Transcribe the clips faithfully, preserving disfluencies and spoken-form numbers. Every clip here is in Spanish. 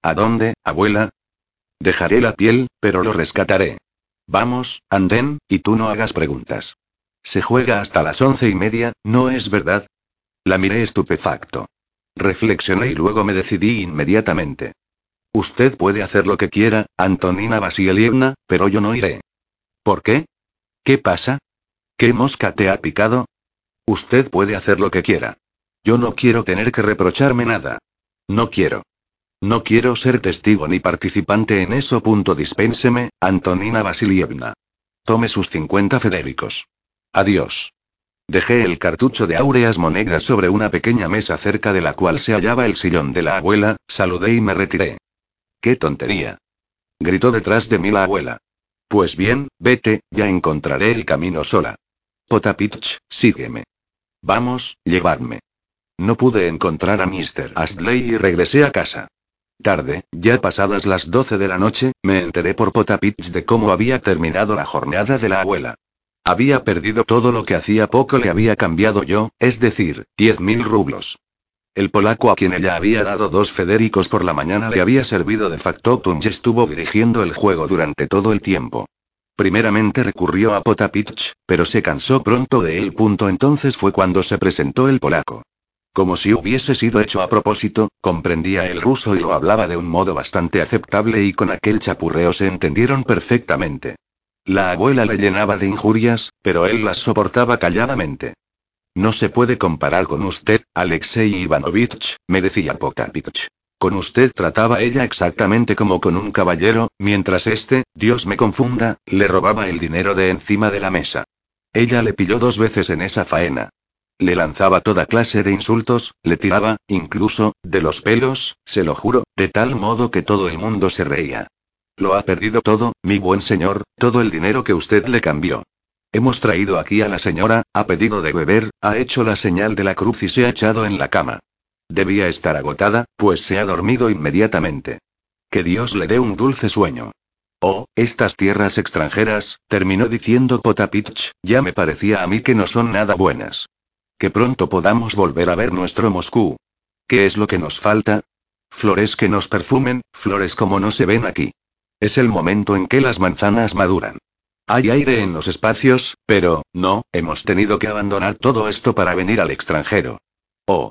¿A dónde, abuela? Dejaré la piel, pero lo rescataré. Vamos, andén, y tú no hagas preguntas. Se juega hasta las once y media, ¿no es verdad? La miré estupefacto. Reflexioné y luego me decidí inmediatamente. Usted puede hacer lo que quiera, Antonina Vasilievna, pero yo no iré. ¿Por qué? ¿Qué pasa? ¿Qué mosca te ha picado? Usted puede hacer lo que quiera. Yo no quiero tener que reprocharme nada. No quiero. No quiero ser testigo ni participante en eso. Punto dispénseme, Antonina Vasilievna. Tome sus cincuenta Federicos. Adiós. Dejé el cartucho de áureas monedas sobre una pequeña mesa cerca de la cual se hallaba el sillón de la abuela, saludé y me retiré. ¡Qué tontería! Gritó detrás de mí la abuela. Pues bien, vete, ya encontraré el camino sola. Potapitch, sígueme. Vamos, llevadme. No pude encontrar a míster Astley y regresé a casa. Tarde, ya pasadas las doce de la noche, me enteré por Potapitch de cómo había terminado la jornada de la abuela. Había perdido todo lo que hacía poco le había cambiado yo, es decir, diez mil rublos. El polaco a quien ella había dado dos Federicos por la mañana le había servido de factotum y estuvo dirigiendo el juego durante todo el tiempo. Primeramente recurrió a Potapitch, pero se cansó pronto de él. Punto entonces fue cuando se presentó el polaco. Como si hubiese sido hecho a propósito, comprendía el ruso y lo hablaba de un modo bastante aceptable y con aquel chapurreo se entendieron perfectamente. La abuela le llenaba de injurias, pero él las soportaba calladamente. No se puede comparar con usted, Alexei Ivanovich, me decía Potapitch. Con usted trataba ella exactamente como con un caballero, mientras este, Dios me confunda, le robaba el dinero de encima de la mesa. Ella le pilló dos veces en esa faena. Le lanzaba toda clase de insultos, le tiraba, incluso, de los pelos, se lo juro, de tal modo que todo el mundo se reía. Lo ha perdido todo, mi buen señor, todo el dinero que usted le cambió. Hemos traído aquí a la señora, ha pedido de beber, ha hecho la señal de la cruz y se ha echado en la cama. Debía estar agotada, pues se ha dormido inmediatamente. Que Dios le dé un dulce sueño. Oh, estas tierras extranjeras, terminó diciendo Potapitch, ya me parecía a mí que no son nada buenas. Que pronto podamos volver a ver nuestro Moscú. ¿Qué es lo que nos falta? Flores que nos perfumen, flores como no se ven aquí. Es el momento en que las manzanas maduran. Hay aire en los espacios, pero, no, hemos tenido que abandonar todo esto para venir al extranjero. Oh.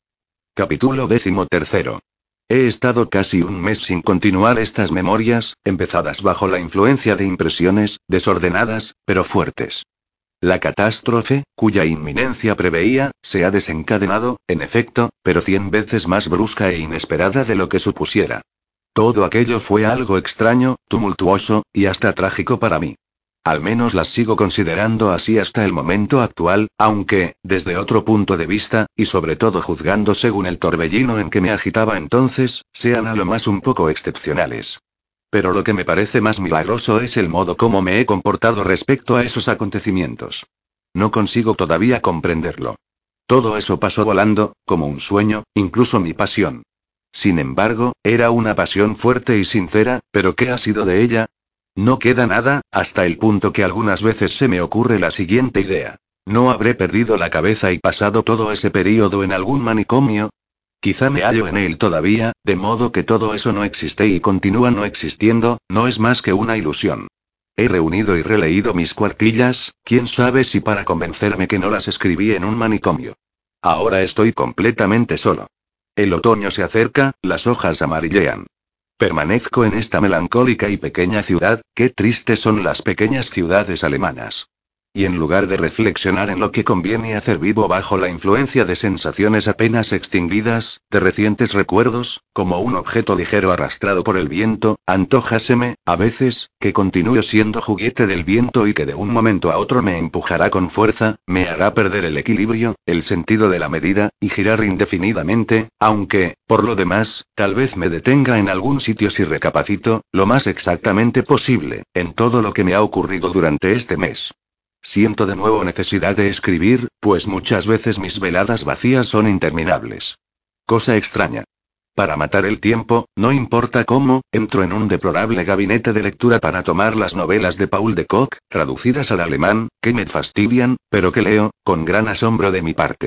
Capítulo décimo tercero. He estado casi un mes sin continuar estas memorias, empezadas bajo la influencia de impresiones, desordenadas, pero fuertes. La catástrofe, cuya inminencia preveía, se ha desencadenado, en efecto, pero cien veces más brusca e inesperada de lo que supusiera. Todo aquello fue algo extraño, tumultuoso, y hasta trágico para mí. Al menos las sigo considerando así hasta el momento actual, aunque, desde otro punto de vista, y sobre todo juzgando según el torbellino en que me agitaba entonces, sean a lo más un poco excepcionales. Pero lo que me parece más milagroso es el modo como me he comportado respecto a esos acontecimientos. No consigo todavía comprenderlo. Todo eso pasó volando, como un sueño, incluso mi pasión. Sin embargo, era una pasión fuerte y sincera, pero ¿qué ha sido de ella? No queda nada, hasta el punto que algunas veces se me ocurre la siguiente idea. ¿No habré perdido la cabeza y pasado todo ese período en algún manicomio? Quizá me hallo en él todavía, de modo que todo eso no existe y continúa no existiendo, no es más que una ilusión. He reunido y releído mis cuartillas, quién sabe si para convencerme que no las escribí en un manicomio. Ahora estoy completamente solo. El otoño se acerca, las hojas amarillean. Permanezco en esta melancólica y pequeña ciudad, qué tristes son las pequeñas ciudades alemanas. Y en lugar de reflexionar en lo que conviene hacer vivo bajo la influencia de sensaciones apenas extinguidas, de recientes recuerdos, como un objeto ligero arrastrado por el viento, antójaseme, a veces, que continúo siendo juguete del viento y que de un momento a otro me empujará con fuerza, me hará perder el equilibrio, el sentido de la medida, y girar indefinidamente, aunque, por lo demás, tal vez me detenga en algún sitio si recapacito, lo más exactamente posible, en todo lo que me ha ocurrido durante este mes. Siento de nuevo necesidad de escribir, pues muchas veces mis veladas vacías son interminables. Cosa extraña. Para matar el tiempo, no importa cómo, entro en un deplorable gabinete de lectura para tomar las novelas de Paul de Kock, traducidas al alemán, que me fastidian, pero que leo, con gran asombro de mi parte.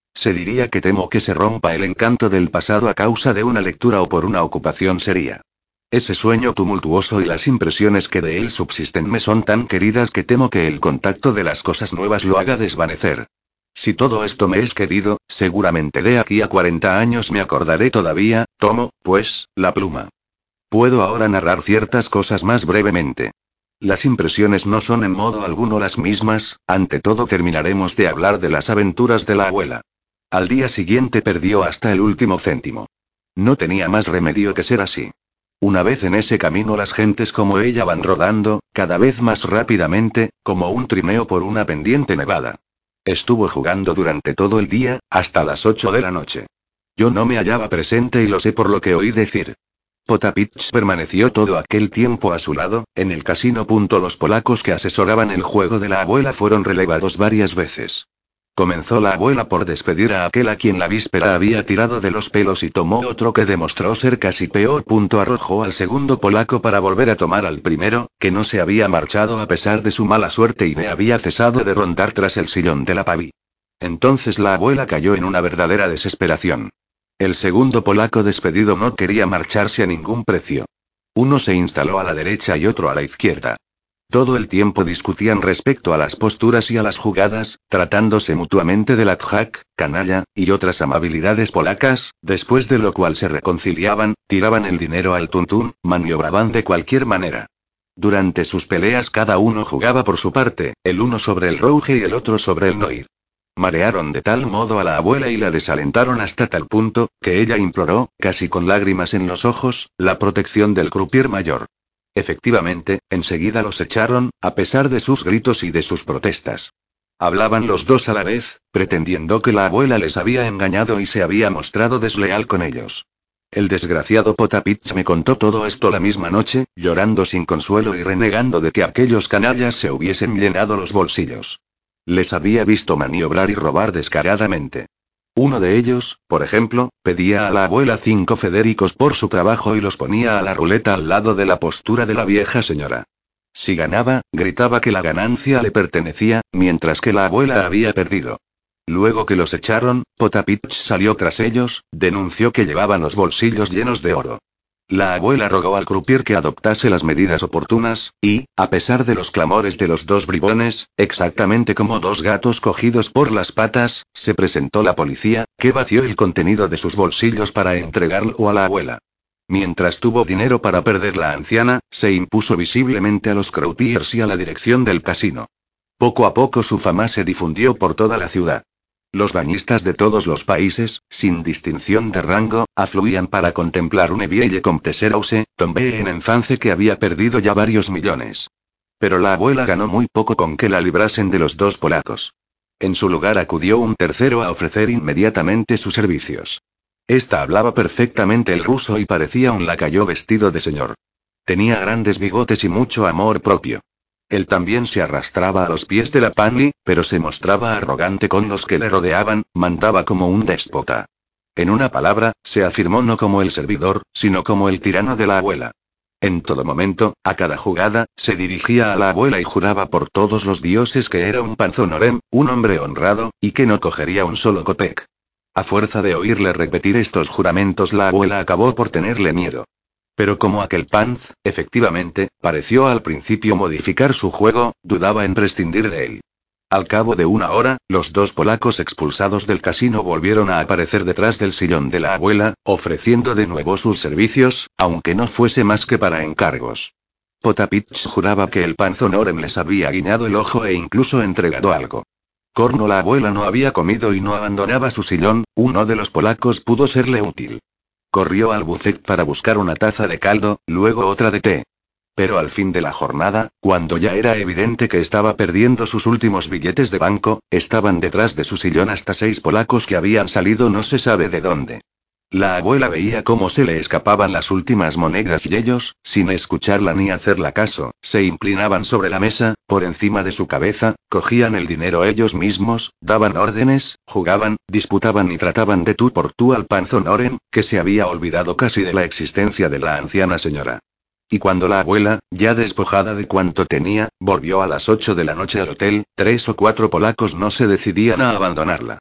Se diría que temo que se rompa el encanto del pasado a causa de una lectura o por una ocupación seria. Ese sueño tumultuoso y las impresiones que de él subsisten me son tan queridas que temo que el contacto de las cosas nuevas lo haga desvanecer. Si todo esto me es querido, seguramente de aquí a cuarenta años me acordaré todavía. Tomo, pues, la pluma. Puedo ahora narrar ciertas cosas más brevemente. Las impresiones no son en modo alguno las mismas, ante todo terminaremos de hablar de las aventuras de la abuela. Al día siguiente perdió hasta el último céntimo. No tenía más remedio que ser así. Una vez en ese camino las gentes como ella van rodando, cada vez más rápidamente, como un trineo por una pendiente nevada. Estuvo jugando durante todo el día, hasta las ocho de la noche. Yo no me hallaba presente y lo sé por lo que oí decir. Potapitch permaneció todo aquel tiempo a su lado, en el casino. Los polacos que asesoraban el juego de la abuela fueron relevados varias veces. Comenzó la abuela por despedir a aquel a quien la víspera había tirado de los pelos y tomó otro que demostró ser casi peor. Arrojó al segundo polaco para volver a tomar al primero, que no se había marchado a pesar de su mala suerte y ne había cesado de rondar tras el sillón de la paví. Entonces la abuela cayó en una verdadera desesperación. El segundo polaco despedido no quería marcharse a ningún precio. Uno se instaló a la derecha y otro a la izquierda. Todo el tiempo discutían respecto a las posturas y a las jugadas, tratándose mutuamente de la tjak, canalla, y otras amabilidades polacas, después de lo cual se reconciliaban, tiraban el dinero al tuntún, maniobraban de cualquier manera. Durante sus peleas cada uno jugaba por su parte, el uno sobre el rouge y el otro sobre el noir. Marearon de tal modo a la abuela y la desalentaron hasta tal punto, que ella imploró, casi con lágrimas en los ojos, la protección del croupier mayor. Efectivamente, enseguida los echaron, a pesar de sus gritos y de sus protestas. Hablaban los dos a la vez, pretendiendo que la abuela les había engañado y se había mostrado desleal con ellos. El desgraciado Potapitch me contó todo esto la misma noche, llorando sin consuelo y renegando de que aquellos canallas se hubiesen llenado los bolsillos. Les había visto maniobrar y robar descaradamente. Uno de ellos, por ejemplo, pedía a la abuela cinco federicos por su trabajo y los ponía a la ruleta al lado de la postura de la vieja señora. Si ganaba, gritaba que la ganancia le pertenecía, mientras que la abuela había perdido. Luego que los echaron, Potapitch salió tras ellos, denunció que llevaban los bolsillos llenos de oro. La abuela rogó al croupier que adoptase las medidas oportunas, y, a pesar de los clamores de los dos bribones, exactamente como dos gatos cogidos por las patas, se presentó la policía, que vació el contenido de sus bolsillos para entregarlo a la abuela. Mientras tuvo dinero para perder la anciana, se impuso visiblemente a los croupiers y a la dirección del casino. Poco a poco su fama se difundió por toda la ciudad. Los bañistas de todos los países, sin distinción de rango, afluían para contemplar une vieille comtesse Rose, tombée en enfance que había perdido ya varios millones. Pero la abuela ganó muy poco con que la librasen de los dos polacos. En su lugar acudió un tercero a ofrecer inmediatamente sus servicios. Esta hablaba perfectamente el ruso y parecía un lacayo vestido de señor. Tenía grandes bigotes y mucho amor propio. Él también se arrastraba a los pies de la Panli, pero se mostraba arrogante con los que le rodeaban, mandaba como un déspota. En una palabra, se afirmó no como el servidor, sino como el tirano de la abuela. En todo momento, a cada jugada, se dirigía a la abuela y juraba por todos los dioses que era un panzonorem, un hombre honrado, y que no cogería un solo copec. A fuerza de oírle repetir estos juramentos, la abuela acabó por tenerle miedo. Pero como aquel Panz, efectivamente, pareció al principio modificar su juego, dudaba en prescindir de él. Al cabo de una hora, los dos polacos expulsados del casino volvieron a aparecer detrás del sillón de la abuela, ofreciendo de nuevo sus servicios, aunque no fuese más que para encargos. Potapitch juraba que el panzonorem les había guiñado el ojo e incluso entregado algo. Corno la abuela no había comido y no abandonaba su sillón, uno de los polacos pudo serle útil. Corrió al buffet para buscar una taza de caldo, luego otra de té. Pero al fin de la jornada, cuando ya era evidente que estaba perdiendo sus últimos billetes de banco, estaban detrás de su sillón hasta seis polacos que habían salido no se sabe de dónde. La abuela veía cómo se le escapaban las últimas monedas y ellos, sin escucharla ni hacerla caso, se inclinaban sobre la mesa, por encima de su cabeza, cogían el dinero ellos mismos, daban órdenes, jugaban, disputaban y trataban de tú por tú al panzonorem, que se había olvidado casi de la existencia de la anciana señora. Y cuando la abuela, ya despojada de cuanto tenía, volvió a las ocho de la noche al hotel, tres o cuatro polacos no se decidían a abandonarla.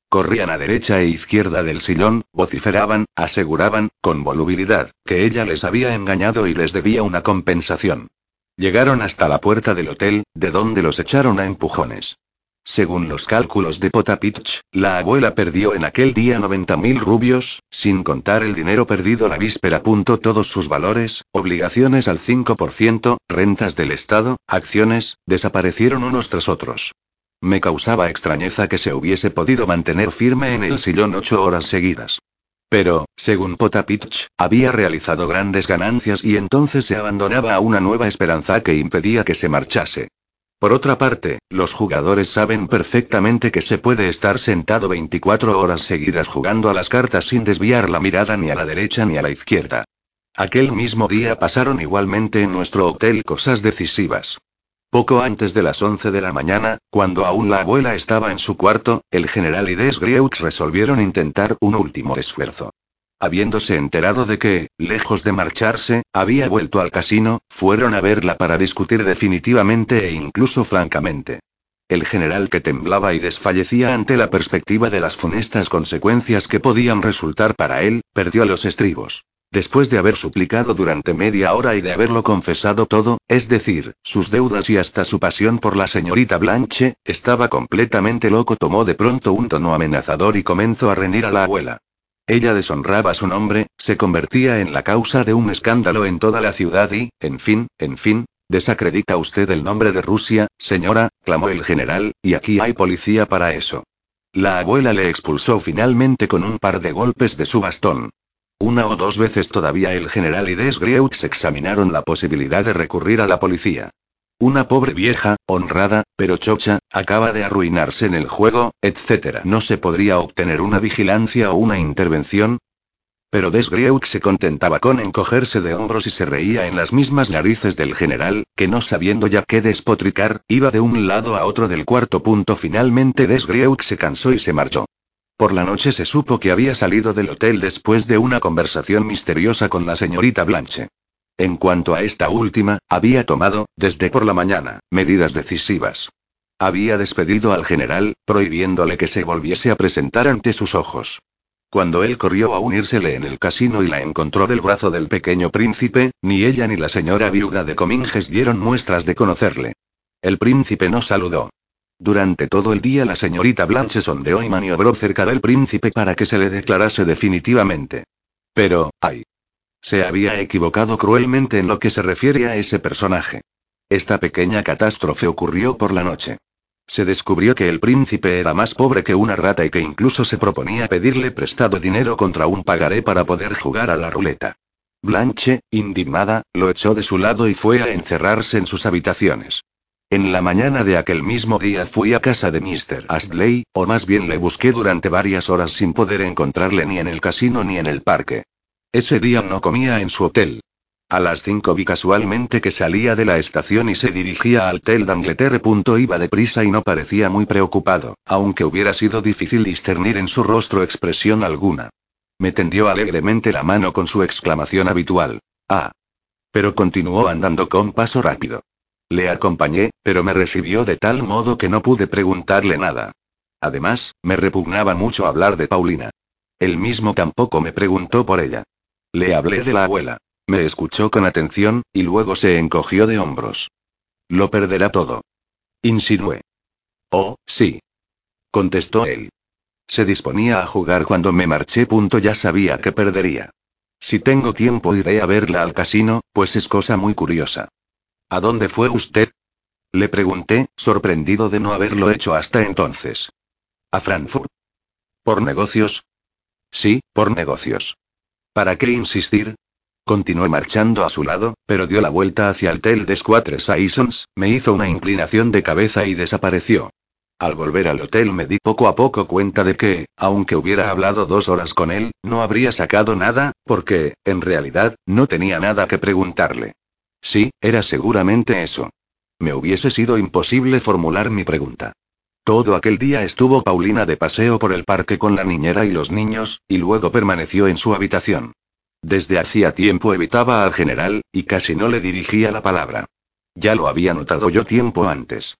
Corrían a derecha e izquierda del sillón, vociferaban, aseguraban, con volubilidad, que ella les había engañado y les debía una compensación. Llegaron hasta la puerta del hotel, de donde los echaron a empujones. Según los cálculos de Potapitch, la abuela perdió en aquel día noventa mil rubios, sin contar el dinero perdido la víspera. Todos sus valores, obligaciones al cinco por ciento, rentas del Estado, acciones, desaparecieron unos tras otros. Me causaba extrañeza que se hubiese podido mantener firme en el sillón ocho horas seguidas. Pero, según Potapitch, había realizado grandes ganancias y entonces se abandonaba a una nueva esperanza que impedía que se marchase. Por otra parte, los jugadores saben perfectamente que se puede estar sentado veinticuatro horas seguidas jugando a las cartas sin desviar la mirada ni a la derecha ni a la izquierda. Aquel mismo día pasaron igualmente en nuestro hotel cosas decisivas. Poco antes de las once de la mañana, cuando aún la abuela estaba en su cuarto, el general y Desgrieux resolvieron intentar un último esfuerzo. Habiéndose enterado de que, lejos de marcharse, había vuelto al casino, fueron a verla para discutir definitivamente e incluso francamente. El general, que temblaba y desfallecía ante la perspectiva de las funestas consecuencias que podían resultar para él, perdió los estribos. Después de haber suplicado durante media hora y de haberlo confesado todo, es decir, sus deudas y hasta su pasión por la señorita Blanche, estaba completamente loco. Tomó de pronto un tono amenazador y comenzó a reñir a la abuela. Ella deshonraba su nombre, se convertía en la causa de un escándalo en toda la ciudad y, en fin, en fin, desacredita usted el nombre de Rusia, señora, clamó el general, y aquí hay policía para eso. La abuela le expulsó finalmente con un par de golpes de su bastón. Una o dos veces todavía el general y Desgrieux examinaron la posibilidad de recurrir a la policía. Una pobre vieja, honrada, pero chocha, acaba de arruinarse en el juego, etcétera. ¿No se podría obtener una vigilancia o una intervención? Pero Desgrieux se contentaba con encogerse de hombros y se reía en las mismas narices del general, que no sabiendo ya qué despotricar, iba de un lado a otro del cuarto. Finalmente Desgrieux se cansó y se marchó. Por la noche se supo que había salido del hotel después de una conversación misteriosa con la señorita Blanche. En cuanto a esta última, había tomado, desde por la mañana, medidas decisivas. Había despedido al general, prohibiéndole que se volviese a presentar ante sus ojos. Cuando él corrió a unírsele en el casino y la encontró del brazo del pequeño príncipe, ni ella ni la señora viuda de Cominges dieron muestras de conocerle. El príncipe no saludó. Durante todo el día la señorita Blanche sondeó y maniobró cerca del príncipe para que se le declarase definitivamente. Pero, ay. Se había equivocado cruelmente en lo que se refiere a ese personaje. Esta pequeña catástrofe ocurrió por la noche. Se descubrió que el príncipe era más pobre que una rata y que incluso se proponía pedirle prestado dinero contra un pagaré para poder jugar a la ruleta. Blanche, indignada, lo echó de su lado y fue a encerrarse en sus habitaciones. En la mañana de aquel mismo día fui a casa de míster Astley, o más bien le busqué durante varias horas sin poder encontrarle ni en el casino ni en el parque. Ese día no comía en su hotel. A las cinco vi casualmente que salía de la estación y se dirigía al Hotel d'Angleterre. Iba deprisa y no parecía muy preocupado, aunque hubiera sido difícil discernir en su rostro expresión alguna. Me tendió alegremente la mano con su exclamación habitual. Ah. Pero continuó andando con paso rápido. Le acompañé, pero me recibió de tal modo que no pude preguntarle nada. Además, me repugnaba mucho hablar de Paulina. Él mismo tampoco me preguntó por ella. Le hablé de la abuela. Me escuchó con atención, y luego se encogió de hombros. Lo perderá todo. Insinué. Oh, sí. Contestó él. Se disponía a jugar cuando me marché. Ya sabía que perdería. Si tengo tiempo iré a verla al casino, pues es cosa muy curiosa. ¿A dónde fue usted? Le pregunté, sorprendido de no haberlo hecho hasta entonces. ¿A Frankfurt? ¿Por negocios? Sí, por negocios. ¿Para qué insistir? Continué marchando a su lado, pero dio la vuelta hacia el Hotel des Quatre Saisons, me hizo una inclinación de cabeza y desapareció. Al volver al hotel me di poco a poco cuenta de que, aunque hubiera hablado dos horas con él, no habría sacado nada, porque, en realidad, no tenía nada que preguntarle. Sí, era seguramente eso. Me hubiese sido imposible formular mi pregunta. Todo aquel día estuvo Paulina de paseo por el parque con la niñera y los niños, y luego permaneció en su habitación. Desde hacía tiempo evitaba al general, y casi no le dirigía la palabra. Ya lo había notado yo tiempo antes.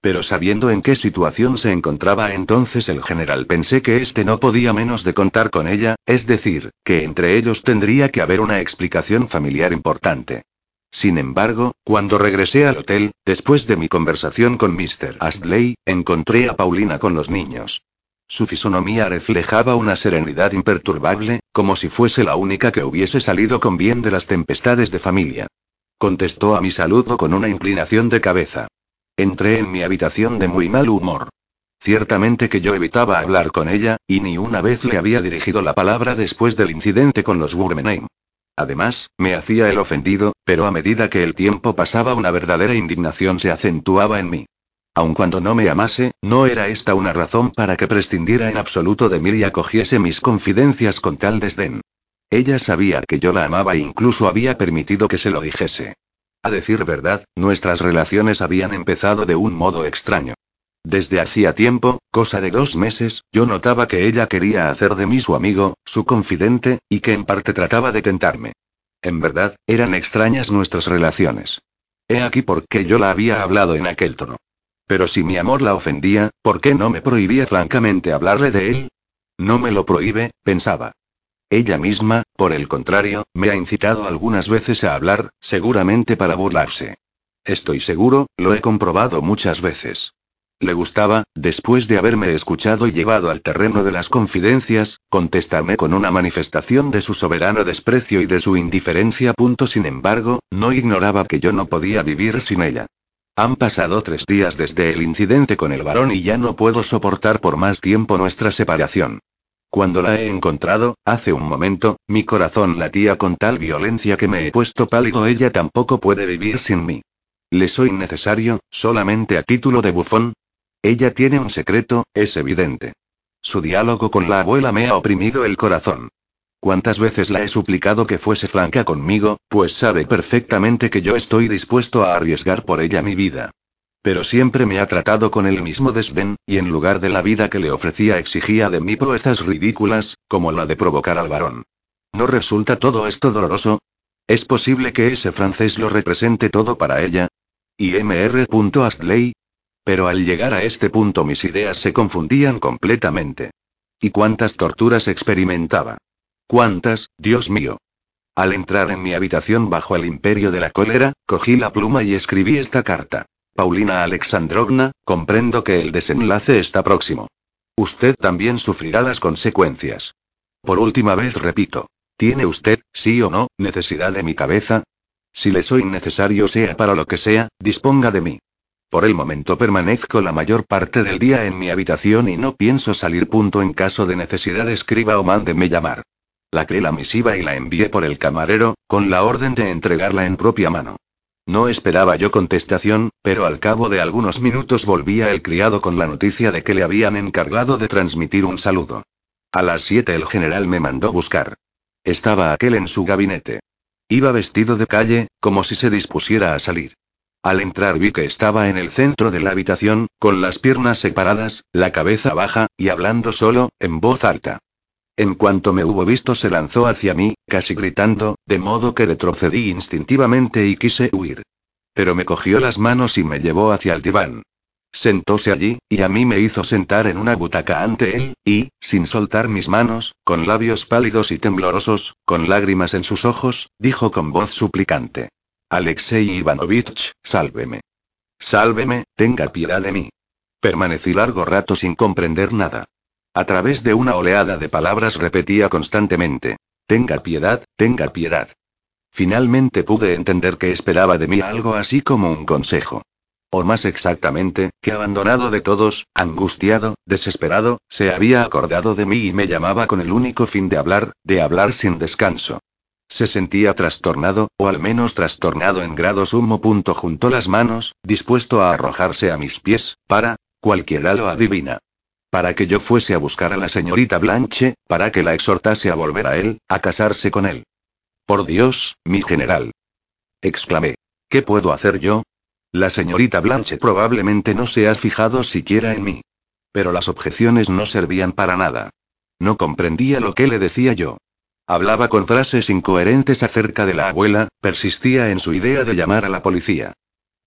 Pero sabiendo en qué situación se encontraba entonces el general, pensé que este no podía menos de contar con ella, es decir, que entre ellos tendría que haber una explicación familiar importante. Sin embargo, cuando regresé al hotel, después de mi conversación con míster Astley, encontré a Paulina con los niños. Su fisonomía reflejaba una serenidad imperturbable, como si fuese la única que hubiese salido con bien de las tempestades de familia. Contestó a mi saludo con una inclinación de cabeza. Entré en mi habitación de muy mal humor. Ciertamente que yo evitaba hablar con ella, y ni una vez le había dirigido la palabra después del incidente con los Burmenheim. Además, me hacía el ofendido, pero a medida que el tiempo pasaba una verdadera indignación se acentuaba en mí. Aun cuando no me amase, no era esta una razón para que prescindiera en absoluto de mí y acogiese mis confidencias con tal desdén. Ella sabía que yo la amaba e incluso había permitido que se lo dijese. A decir verdad, nuestras relaciones habían empezado de un modo extraño. Desde hacía tiempo, cosa de dos meses, yo notaba que ella quería hacer de mí su amigo, su confidente, y que en parte trataba de tentarme. En verdad, eran extrañas nuestras relaciones. He aquí por qué yo la había hablado en aquel tono. Pero si mi amor la ofendía, ¿por qué no me prohibía francamente hablarle de él? No me lo prohíbe, pensaba. Ella misma, por el contrario, me ha incitado algunas veces a hablar, seguramente para burlarse. Estoy seguro, lo he comprobado muchas veces. Le gustaba, después de haberme escuchado y llevado al terreno de las confidencias, contestarme con una manifestación de su soberano desprecio y de su indiferencia. Punto. Sin embargo, no ignoraba que yo no podía vivir sin ella. Han pasado tres días desde el incidente con el varón y ya no puedo soportar por más tiempo nuestra separación. Cuando la he encontrado, hace un momento, mi corazón latía con tal violencia que me he puesto pálido. Ella tampoco puede vivir sin mí. ¿Le soy necesario, solamente a título de bufón? Ella tiene un secreto, es evidente. Su diálogo con la abuela me ha oprimido el corazón. ¿Cuántas veces la he suplicado que fuese franca conmigo, pues sabe perfectamente que yo estoy dispuesto a arriesgar por ella mi vida? Pero siempre me ha tratado con el mismo desdén, y en lugar de la vida que le ofrecía exigía de mí proezas ridículas, como la de provocar al varón. ¿No resulta todo esto doloroso? ¿Es posible que ese francés lo represente todo para ella? ¿Y M.R. Astley? Pero al llegar a este punto mis ideas se confundían completamente. ¿Y cuántas torturas experimentaba? ¿Cuántas, Dios mío? Al entrar en mi habitación bajo el imperio de la cólera, cogí la pluma y escribí esta carta. Paulina Alexandrovna, comprendo que el desenlace está próximo. Usted también sufrirá las consecuencias. Por última vez repito. ¿Tiene usted, sí o no, necesidad de mi cabeza? Si le soy necesario, sea para lo que sea, disponga de mí. Por el momento permanezco la mayor parte del día en mi habitación y no pienso salir. Punto. En caso de necesidad escriba o mándeme llamar. Lacré la misiva y la envié por el camarero, con la orden de entregarla en propia mano. No esperaba yo contestación, pero al cabo de algunos minutos volvía el criado con la noticia de que le habían encargado de transmitir un saludo. A las siete el general me mandó buscar. Estaba aquel en su gabinete. Iba vestido de calle, como si se dispusiera a salir. Al entrar vi que estaba en el centro de la habitación, con las piernas separadas, la cabeza baja, y hablando solo, en voz alta. En cuanto me hubo visto se lanzó hacia mí, casi gritando, de modo que retrocedí instintivamente y quise huir. Pero me cogió las manos y me llevó hacia el diván. Sentóse allí, y a mí me hizo sentar en una butaca ante él, y, sin soltar mis manos, con labios pálidos y temblorosos, con lágrimas en sus ojos, dijo con voz suplicante. Alexei Ivanovich, sálveme. Sálveme, tenga piedad de mí. Permanecí largo rato sin comprender nada. A través de una oleada de palabras repetía constantemente. Tenga piedad, tenga piedad. Finalmente pude entender que esperaba de mí algo así como un consejo. O más exactamente, que abandonado de todos, angustiado, desesperado, se había acordado de mí y me llamaba con el único fin de hablar, de hablar sin descanso. Se sentía trastornado, o al menos trastornado en grado sumo. Punto. Juntó las manos, dispuesto a arrojarse a mis pies, para, cualquiera lo adivina. Para que yo fuese a buscar a la señorita Blanche, para que la exhortase a volver a él, a casarse con él. Por Dios, mi general. Exclamé. ¿Qué puedo hacer yo? La señorita Blanche probablemente no se ha fijado siquiera en mí. Pero las objeciones no servían para nada. No comprendía lo que le decía yo. Hablaba con frases incoherentes acerca de la abuela, persistía en su idea de llamar a la policía.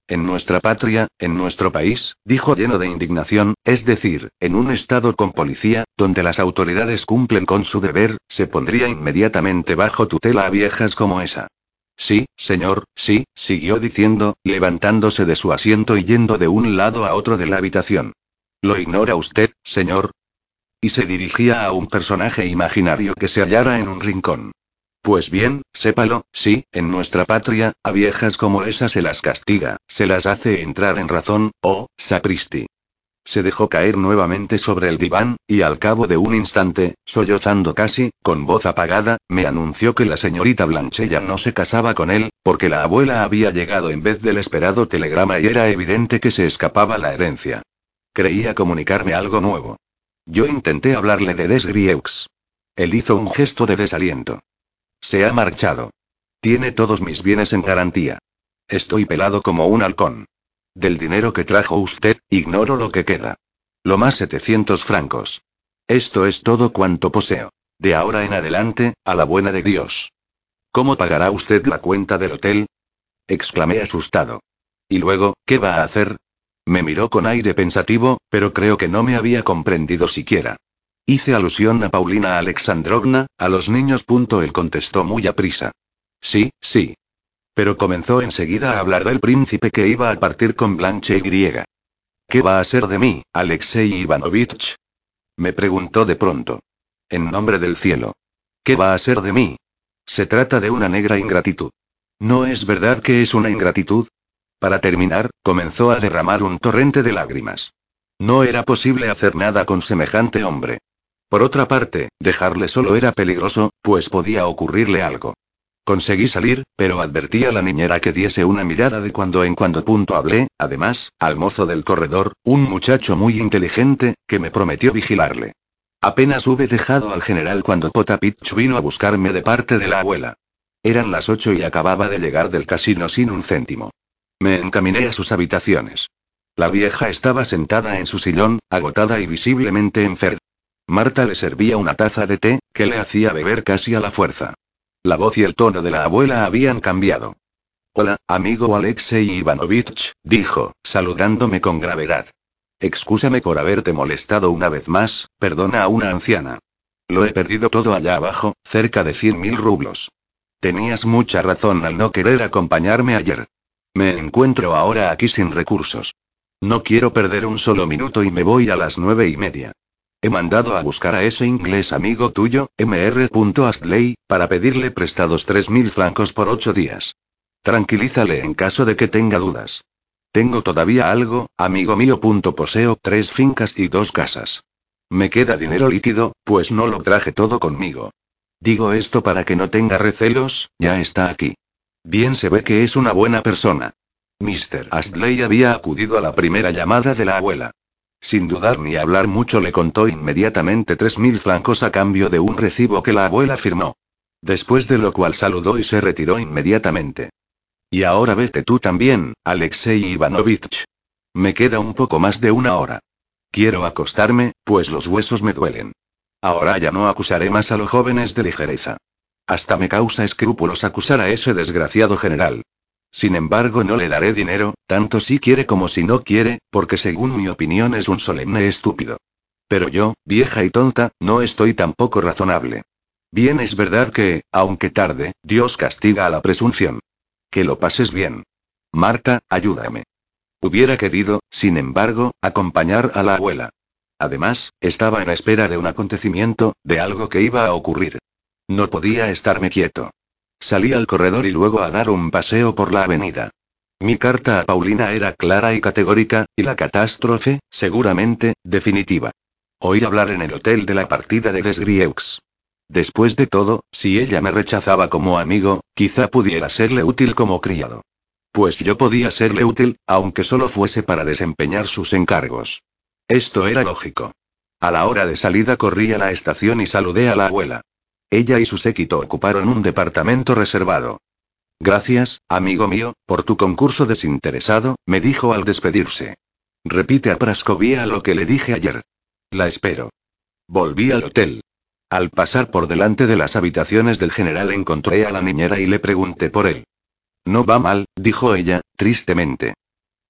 En nuestra patria, en nuestro país, dijo lleno de indignación, es decir, en un estado con policía, donde las autoridades cumplen con su deber, se pondría inmediatamente bajo tutela a viejas como esa. Sí, señor, sí, siguió diciendo, levantándose de su asiento y yendo de un lado a otro de la habitación. ¿Lo ignora usted, señor? Y se dirigía a un personaje imaginario que se hallara en un rincón. Pues bien, sépalo, sí, en nuestra patria, a viejas como esas se las castiga, se las hace entrar en razón, oh, sapristi. Se dejó caer nuevamente sobre el diván, y al cabo de un instante, sollozando casi, con voz apagada, me anunció que la señorita Blanche ya no se casaba con él, porque la abuela había llegado en vez del esperado telegrama y era evidente que se escapaba la herencia. Creía comunicarme algo nuevo. Yo intenté hablarle de Desgrieux. Él hizo un gesto de desaliento. Se ha marchado. Tiene todos mis bienes en garantía. Estoy pelado como un halcón. Del dinero que trajo usted, ignoro lo que queda. Lo más setecientos francos. Esto es todo cuanto poseo. De ahora en adelante, a la buena de Dios. ¿Cómo pagará usted la cuenta del hotel? Exclamé asustado. ¿Y luego, qué va a hacer? Me miró con aire pensativo, pero creo que no me había comprendido siquiera. Hice alusión a Paulina Alexandrovna, a los niños. Punto. Él contestó muy aprisa. Sí, sí. Pero comenzó enseguida a hablar del príncipe que iba a partir con Blanche Y. ¿Qué va a ser de mí, Alexei Ivanovich? Me preguntó de pronto. En nombre del cielo. ¿Qué va a ser de mí? Se trata de una negra ingratitud. ¿No es verdad que es una ingratitud? Para terminar, comenzó a derramar un torrente de lágrimas. No era posible hacer nada con semejante hombre. Por otra parte, dejarle solo era peligroso, pues podía ocurrirle algo. Conseguí salir, pero advertí a la niñera que diese una mirada de cuando en cuando. Punto. Hablé, además, al mozo del corredor, un muchacho muy inteligente, que me prometió vigilarle. Apenas hube dejado al general cuando Potapitch vino a buscarme de parte de la abuela. Eran las ocho y acababa de llegar del casino sin un céntimo. Me encaminé a sus habitaciones. La vieja estaba sentada en su sillón, agotada y visiblemente enferma. Marta le servía una taza de té, que le hacía beber casi a la fuerza. La voz y el tono de la abuela habían cambiado. Hola, amigo Alexei Ivanovich, dijo, saludándome con gravedad. Excúsame por haberte molestado una vez más, perdona a una anciana. Lo he perdido todo allá abajo, cerca de cien mil rublos. Tenías mucha razón al no querer acompañarme ayer. Me encuentro ahora aquí sin recursos. No quiero perder un solo minuto y me voy a las nueve y media. He mandado a buscar a ese inglés amigo tuyo, M R Astley, para pedirle prestados tres mil francos por ocho días. Tranquilízale en caso de que tenga dudas. Tengo todavía algo, amigo mío. Poseo tres fincas y dos casas. Me queda dinero líquido, pues no lo traje todo conmigo. Digo esto para que no tenga recelos, ya está aquí. Bien se ve que es una buena persona. mister Astley había acudido a la primera llamada de la abuela. Sin dudar ni hablar mucho le contó inmediatamente tres mil francos a cambio de un recibo que la abuela firmó. Después de lo cual saludó y se retiró inmediatamente. Y ahora vete tú también, Alexei Ivanovich. Me queda un poco más de una hora. Quiero acostarme, pues los huesos me duelen. Ahora ya no acusaré más a los jóvenes de ligereza. Hasta me causa escrúpulos acusar a ese desgraciado general. Sin embargo, no le daré dinero, tanto si quiere como si no quiere, porque según mi opinión es un solemne estúpido. Pero yo, vieja y tonta, no estoy tampoco razonable. Bien es verdad que, aunque tarde, Dios castiga a la presunción. Que lo pases bien. Marta, ayúdame. Hubiera querido, sin embargo, acompañar a la abuela. Además, estaba en espera de un acontecimiento, de algo que iba a ocurrir. No podía estarme quieto. Salí al corredor y luego a dar un paseo por la avenida. Mi carta a Paulina era clara y categórica, y la catástrofe, seguramente, definitiva. Oí hablar en el hotel de la partida de Desgrieux. Después de todo, si ella me rechazaba como amigo, quizá pudiera serle útil como criado. Pues yo podía serle útil, aunque solo fuese para desempeñar sus encargos. Esto era lógico. A la hora de salida corrí a la estación y saludé a la abuela. Ella y su séquito ocuparon un departamento reservado. Gracias, amigo mío, por tu concurso desinteresado, me dijo al despedirse. Repite a Praskovia lo que le dije ayer. La espero. Volví al hotel. Al pasar por delante de las habitaciones del general encontré a la niñera y le pregunté por él. No va mal, dijo ella, tristemente.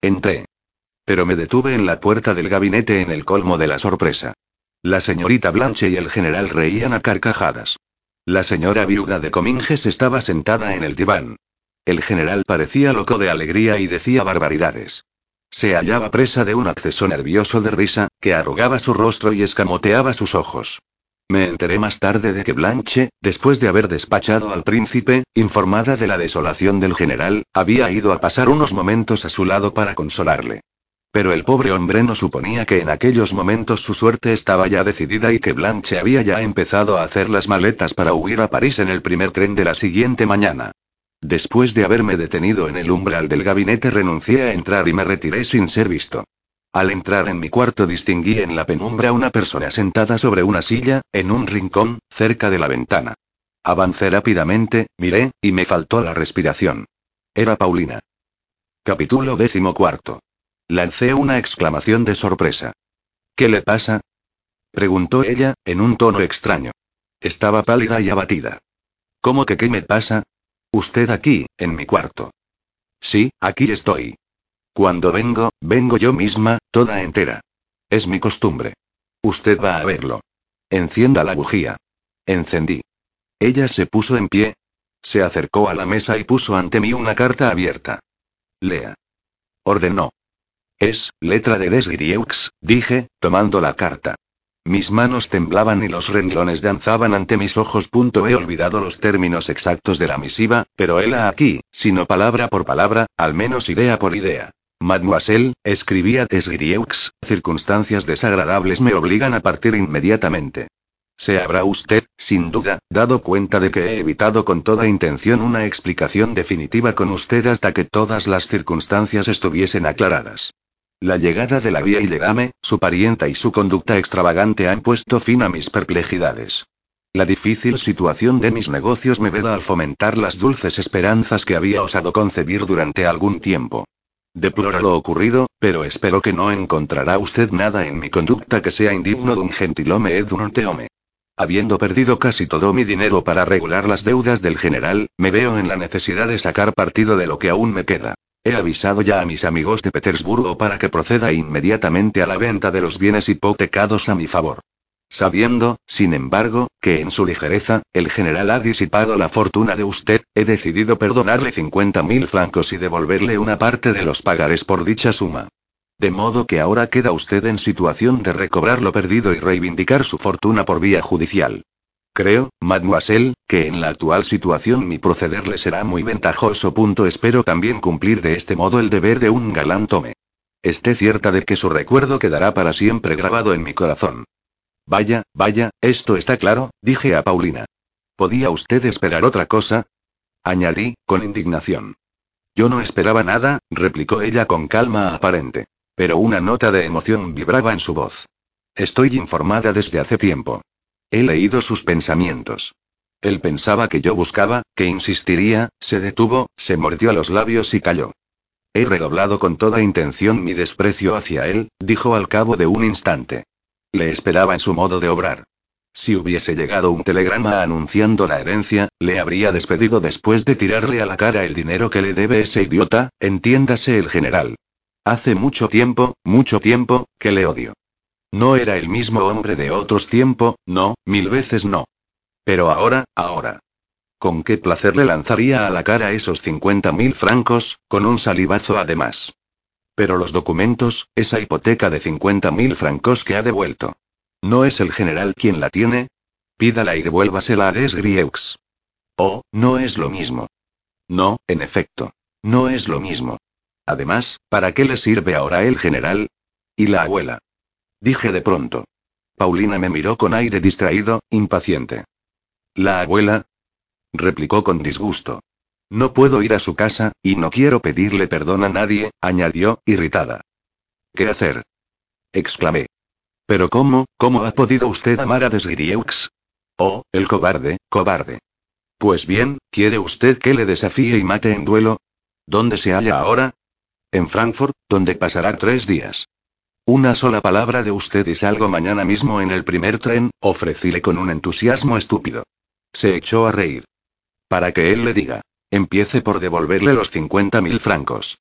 Entré. Pero me detuve en la puerta del gabinete en el colmo de la sorpresa. La señorita Blanche y el general reían a carcajadas. La señora viuda de Cominges estaba sentada en el diván. El general parecía loco de alegría y decía barbaridades. Se hallaba presa de un acceso nervioso de risa, que arrugaba su rostro y escamoteaba sus ojos. Me enteré más tarde de que Blanche, después de haber despachado al príncipe, informada de la desolación del general, había ido a pasar unos momentos a su lado para consolarle. Pero el pobre hombre no suponía que en aquellos momentos su suerte estaba ya decidida y que Blanche había ya empezado a hacer las maletas para huir a París en el primer tren de la siguiente mañana. Después de haberme detenido en el umbral del gabinete renuncié a entrar y me retiré sin ser visto. Al entrar en mi cuarto distinguí en la penumbra una persona sentada sobre una silla, en un rincón, cerca de la ventana. Avancé rápidamente, miré, y me faltó la respiración. Era Paulina. Capítulo decimocuarto. Lancé una exclamación de sorpresa. ¿Qué le pasa?, preguntó ella, en un tono extraño. Estaba pálida y abatida. ¿Cómo que qué me pasa? Usted aquí, en mi cuarto. Sí, aquí estoy. Cuando vengo, vengo yo misma, toda entera. Es mi costumbre. Usted va a verlo. Encienda la bujía. Encendí. Ella se puso en pie. Se acercó a la mesa y puso ante mí una carta abierta. Lea. Ordenó. Es, letra de des Grieux, dije, tomando la carta. Mis manos temblaban y los renglones danzaban ante mis ojos. He olvidado los términos exactos de la misiva, pero hela aquí, sino palabra por palabra, al menos idea por idea. Mademoiselle, escribía des Grieux, circunstancias desagradables me obligan a partir inmediatamente. Se habrá usted, sin duda, dado cuenta de que he evitado con toda intención una explicación definitiva con usted hasta que todas las circunstancias estuviesen aclaradas. La llegada de la vieille Legame, su parienta y su conducta extravagante han puesto fin a mis perplejidades. La difícil situación de mis negocios me veda al fomentar las dulces esperanzas que había osado concebir durante algún tiempo. Deploro lo ocurrido, pero espero que no encontrará usted nada en mi conducta que sea indigno de un gentilhombre et d'un homme. Habiendo perdido casi todo mi dinero para regular las deudas del general, me veo en la necesidad de sacar partido de lo que aún me queda. He avisado ya a mis amigos de Petersburgo para que proceda inmediatamente a la venta de los bienes hipotecados a mi favor. Sabiendo, sin embargo, que en su ligereza, el general ha disipado la fortuna de usted, he decidido perdonarle cincuenta mil francos y devolverle una parte de los pagarés por dicha suma. De modo que ahora queda usted en situación de recobrar lo perdido y reivindicar su fortuna por vía judicial. Creo, mademoiselle, que en la actual situación mi proceder le será muy ventajoso. Espero también cumplir de este modo el deber de un galán hombre. Esté cierta de que su recuerdo quedará para siempre grabado en mi corazón. Vaya, vaya, esto está claro, dije a Paulina. ¿Podía usted esperar otra cosa?, añadí, con indignación. Yo no esperaba nada, replicó ella con calma aparente. Pero una nota de emoción vibraba en su voz. Estoy informada desde hace tiempo. He leído sus pensamientos. Él pensaba que yo buscaba, que insistiría, se detuvo, se mordió los labios y calló. He redoblado con toda intención mi desprecio hacia él, dijo al cabo de un instante. Le esperaba en su modo de obrar. Si hubiese llegado un telegrama anunciando la herencia, le habría despedido después de tirarle a la cara el dinero que le debe ese idiota, entiéndase el general. Hace mucho tiempo, mucho tiempo, que le odio. No era el mismo hombre de otros tiempo, no, mil veces no. Pero ahora, ahora. ¿Con qué placer le lanzaría a la cara esos cincuenta mil francos, con un salivazo además? Pero los documentos, esa hipoteca de cincuenta mil francos que ha devuelto. ¿No es el general quien la tiene? Pídala y devuélvasela a des Grieux. Oh, no es lo mismo. No, en efecto. No es lo mismo. Además, ¿para qué le sirve ahora el general? ¿Y la abuela? Dije de pronto. Paulina me miró con aire distraído, impaciente. ¿La abuela?, replicó con disgusto. No puedo ir a su casa, y no quiero pedirle perdón a nadie, añadió, irritada. ¿Qué hacer?, exclamé. ¿Pero cómo, cómo ha podido usted amar a des Grieux? Oh, el cobarde, cobarde. Pues bien, ¿quiere usted que le desafíe y mate en duelo? ¿Dónde se halla ahora? En Frankfurt, donde pasará tres días. Una sola palabra de usted y salgo mañana mismo en el primer tren, ofrecíle con un entusiasmo estúpido. Se echó a reír. Para que él le diga. Empiece por devolverle los cincuenta mil francos.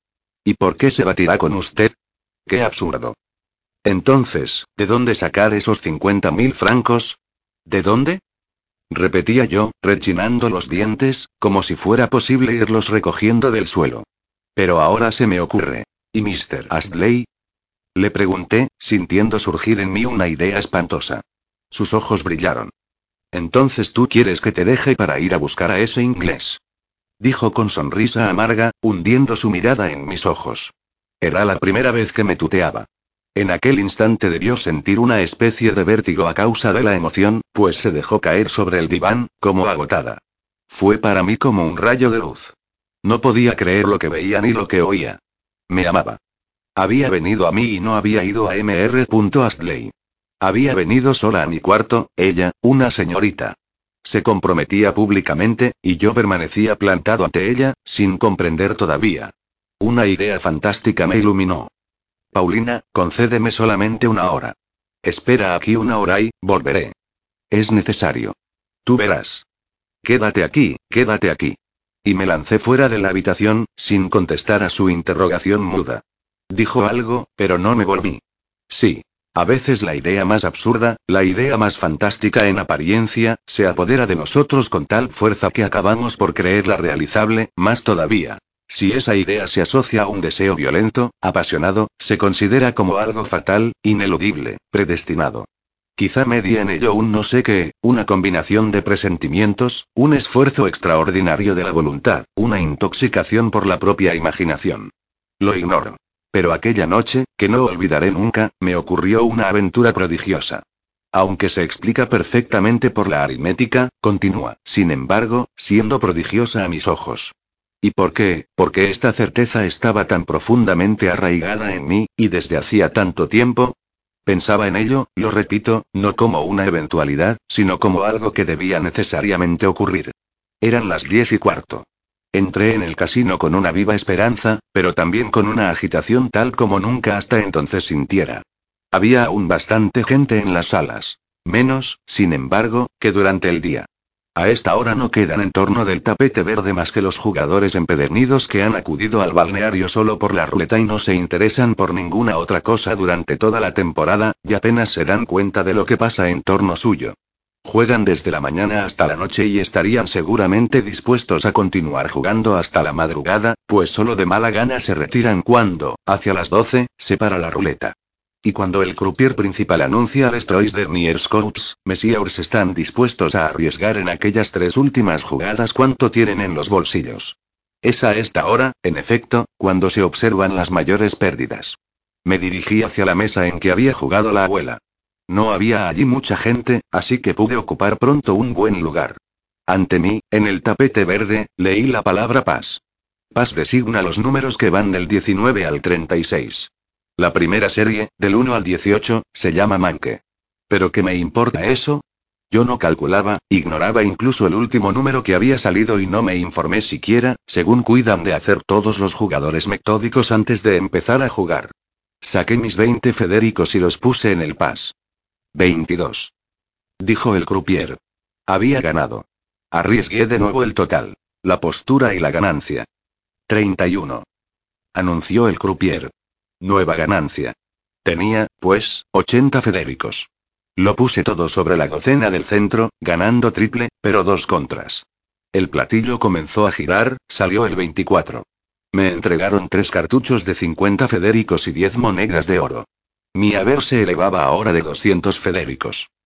¿Y por qué se batirá con usted? ¡Qué absurdo! Entonces, ¿de dónde sacar esos cincuenta mil francos? ¿De dónde? Repetía yo, rechinando los dientes, como si fuera posible irlos recogiendo del suelo. Pero ahora se me ocurre. ¿Y mister Astley? Le pregunté, sintiendo surgir en mí una idea espantosa. Sus ojos brillaron. Entonces tú quieres que te deje para ir a buscar a ese inglés. Dijo con sonrisa amarga, hundiendo su mirada en mis ojos. Era la primera vez que me tuteaba. En aquel instante debió sentir una especie de vértigo a causa de la emoción, pues se dejó caer sobre el diván, como agotada. Fue para mí como un rayo de luz. No podía creer lo que veía ni lo que oía. Me amaba. Había venido a mí y no había ido a mister Astley. Había venido sola a mi cuarto, ella, una señorita. Se comprometía públicamente, y yo permanecía plantado ante ella, sin comprender todavía. Una idea fantástica me iluminó. Paulina, concédeme solamente una hora. Espera aquí una hora y, volveré. Es necesario. Tú verás. Quédate aquí, quédate aquí. Y me lancé fuera de la habitación, sin contestar a su interrogación muda. Dijo algo, pero no me volví. Sí. A veces la idea más absurda, la idea más fantástica en apariencia, se apodera de nosotros con tal fuerza que acabamos por creerla realizable, más todavía. Si esa idea se asocia a un deseo violento, apasionado, se considera como algo fatal, ineludible, predestinado. Quizá medie en ello un no sé qué, una combinación de presentimientos, un esfuerzo extraordinario de la voluntad, una intoxicación por la propia imaginación. Lo ignoro. Pero aquella noche, que no olvidaré nunca, me ocurrió una aventura prodigiosa. Aunque se explica perfectamente por la aritmética, continúa, sin embargo, siendo prodigiosa a mis ojos. ¿Y por qué? Porque esta certeza estaba tan profundamente arraigada en mí, y desde hacía tanto tiempo. Pensaba en ello, lo repito, no como una eventualidad, sino como algo que debía necesariamente ocurrir. Eran las diez y cuarto. Entré en el casino con una viva esperanza, pero también con una agitación tal como nunca hasta entonces sintiera. Había aún bastante gente en las salas. Menos, sin embargo, que durante el día. A esta hora no quedan en torno del tapete verde más que los jugadores empedernidos que han acudido al balneario solo por la ruleta y no se interesan por ninguna otra cosa durante toda la temporada, y apenas se dan cuenta de lo que pasa en torno suyo. Juegan desde la mañana hasta la noche y estarían seguramente dispuestos a continuar jugando hasta la madrugada, pues solo de mala gana se retiran cuando, hacia las doce, se para la ruleta. Y cuando el croupier principal anuncia al Stroessner Scouts, Messieurs están dispuestos a arriesgar en aquellas tres últimas jugadas cuanto tienen en los bolsillos. Es a esta hora, en efecto, cuando se observan las mayores pérdidas. Me dirigí hacia la mesa en que había jugado la abuela. No había allí mucha gente, así que pude ocupar pronto un buen lugar. Ante mí, en el tapete verde, leí la palabra paz. Paz designa los números que van del diecinueve al treinta y seis. La primera serie, del uno al dieciocho, se llama manque. ¿Pero qué me importa eso? Yo no calculaba, ignoraba incluso el último número que había salido y no me informé siquiera, según cuidan de hacer todos los jugadores metódicos antes de empezar a jugar. Saqué mis veinte federicos y los puse en el pas. veintidós. Dijo el croupier. Había ganado. Arriesgué de nuevo el total. La postura y la ganancia. treinta y uno. Anunció el croupier. Nueva ganancia. Tenía, pues, ochenta federicos. Lo puse todo sobre la docena del centro, ganando triple, pero dos contras. El platillo comenzó a girar, salió el veinticuatro. Me entregaron tres cartuchos de cincuenta federicos y diez monedas de oro. Mi haber se elevaba ahora de doscientos federicos.